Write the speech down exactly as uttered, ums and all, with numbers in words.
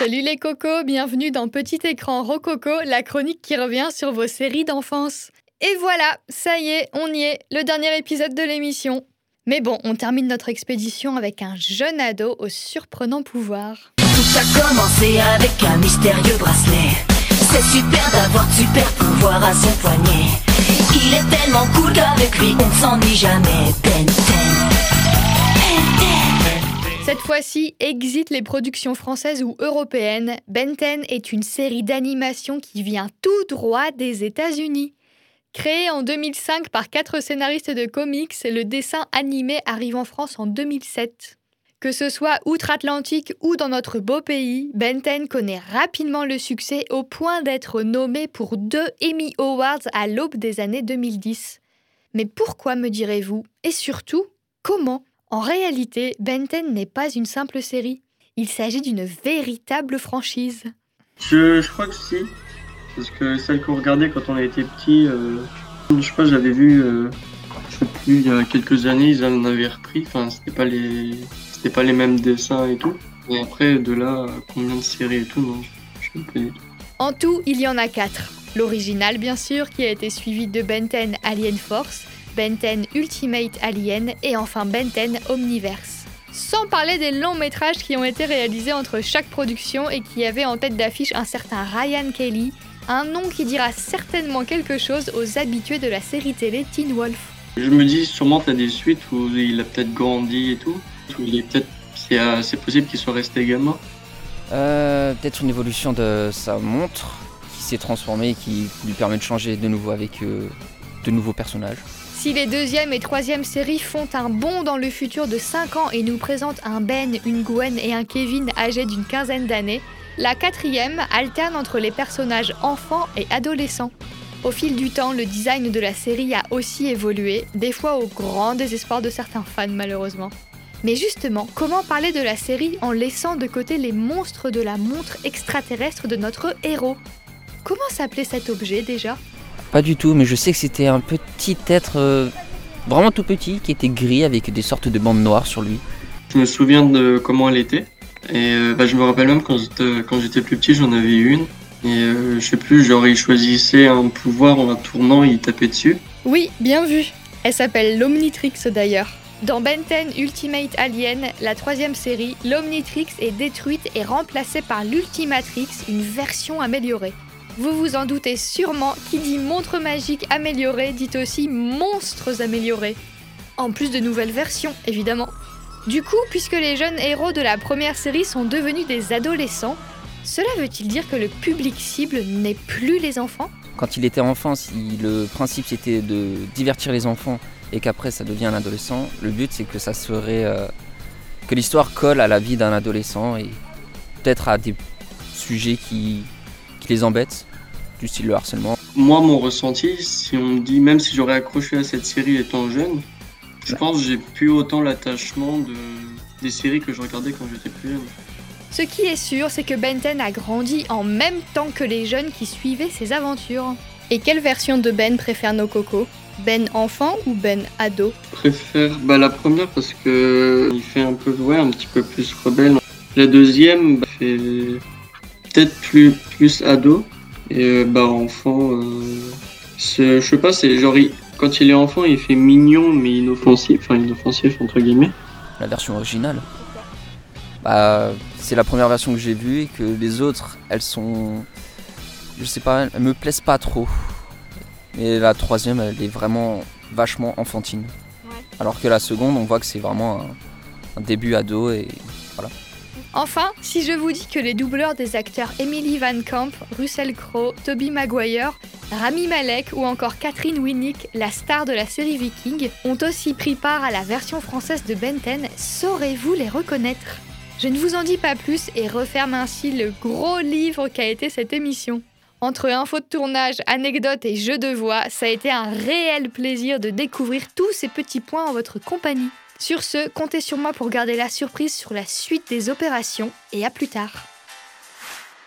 Salut les cocos, bienvenue dans Petit Écran Rococo, la chronique qui revient sur vos séries d'enfance. Et voilà, ça y est, on y est, le dernier épisode de l'émission. Mais bon, on termine notre expédition avec un jeune ado au surprenant pouvoir. Tout a commencé avec un mystérieux bracelet. C'est super d'avoir de super pouvoirs à son poignet. Il est tellement cool qu'avec lui on ne s'ennuie jamais. Ben ten. Ben ten. Cette fois-ci, exit les productions françaises ou européennes. Ben ten est une série d'animation qui vient tout droit des États-Unis. Créé en deux mille cinq par quatre scénaristes de comics, le dessin animé arrive en France en deux mille sept. Que ce soit outre-Atlantique ou dans notre beau pays, Ben ten connaît rapidement le succès au point d'être nommé pour deux Emmy Awards à l'aube des années deux mille dix. Mais pourquoi, me direz-vous? Et surtout, comment? En réalité, Ben ten n'est pas une simple série. Il s'agit d'une véritable franchise. Je, je crois que si. Parce que celle qu'on regardait quand on a été petit, euh, je sais pas, j'avais vu, euh, je sais plus, il y a quelques années, ils en avaient repris. Enfin, c'était pas les, c'était pas les mêmes dessins et tout. Et après, de là, combien de séries et tout, non, je ne sais pas du tout. En tout, il y en a quatre. L'original, bien sûr, qui a été suivi de Ben ten Alien Force, Ben ten Ultimate Alien et enfin Ben ten Omniverse. Sans parler des longs métrages qui ont été réalisés entre chaque production et qui avaient en tête d'affiche un certain Ryan Kelly, un nom qui dira certainement quelque chose aux habitués de la série télé Teen Wolf. Je me dis, sûrement t'as des suites où il a peut-être grandi et tout. Où il est peut-être, c'est, euh, c'est possible qu'il soit resté gamin. Euh, peut-être une évolution de sa montre qui s'est transformée et qui lui permet de changer de nouveau avec euh, de nouveaux personnages. Si les deuxième et troisième séries font un bond dans le futur de cinq ans et nous présentent un Ben, une Gwen et un Kevin âgés d'une quinzaine d'années, la quatrième alterne entre les personnages enfants et adolescents. Au fil du temps, le design de la série a aussi évolué, des fois au grand désespoir de certains fans malheureusement. Mais justement, comment parler de la série en laissant de côté les monstres de la montre extraterrestre de notre héros? Comment s'appelait cet objet déjà? Pas du tout, mais je sais que c'était un petit être euh, vraiment tout petit qui était gris avec des sortes de bandes noires sur lui. Je me souviens de comment elle était. Et euh, bah, je me rappelle même quand j'étais, quand j'étais plus petit, j'en avais une. Et euh, je sais plus, genre il choisissait un pouvoir en la tournant, il tapait dessus. Oui, bien vu. Elle s'appelle l'Omnitrix d'ailleurs. Dans Ben ten Ultimate Alien, la troisième série, l'Omnitrix est détruite et remplacée par l'Ultimatrix, une version améliorée. Vous vous en doutez sûrement, qui dit montre magique améliorée dit aussi monstres améliorés. En plus de nouvelles versions, évidemment. Du coup, puisque les jeunes héros de la première série sont devenus des adolescents, cela veut-il dire que le public cible n'est plus les enfants? Quand il était enfant, si le principe c'était de divertir les enfants et qu'après ça devient un adolescent, le but c'est que ça serait euh, que l'histoire colle à la vie d'un adolescent et peut-être à des sujets qui, qui les embêtent, du style le harcèlement. Moi, mon ressenti, si on me dit, même si j'aurais accroché à cette série étant jeune, je pense que j'ai plus autant l'attachement de, des séries que je regardais quand j'étais plus jeune. Ce qui est sûr, c'est que Ben ten a grandi en même temps que les jeunes qui suivaient ses aventures. Et quelle version de Ben préfèrent nos cocos? Ben enfant ou Ben ado? Je préfère bah, la première parce que il fait un peu, ouais, un petit peu plus rebelle. La deuxième bah, fait peut-être plus, plus ado. Et euh, bah enfant, euh, c'est, je sais pas, c'est genre, il, quand il est enfant, il fait mignon mais inoffensif, enfin inoffensif entre guillemets. La version originale, bah, c'est la première version que j'ai vue et que les autres, elles sont, je sais pas, elles me plaisent pas trop. Mais la troisième, elle est vraiment vachement enfantine. Ouais. Alors que la seconde, on voit que c'est vraiment un, un début ado et voilà. Enfin, si je vous dis que les doubleurs des acteurs Emily Van Camp, Russell Crowe, Tobey Maguire, Rami Malek ou encore Catherine Winnick, la star de la série Viking, ont aussi pris part à la version française de Ben ten, saurez-vous les reconnaître? Je ne vous en dis pas plus et referme ainsi le gros livre qu'a été cette émission. Entre infos de tournage, anecdotes et jeux de voix, ça a été un réel plaisir de découvrir tous ces petits points en votre compagnie. Sur ce, comptez sur moi pour garder la surprise sur la suite des opérations et à plus tard.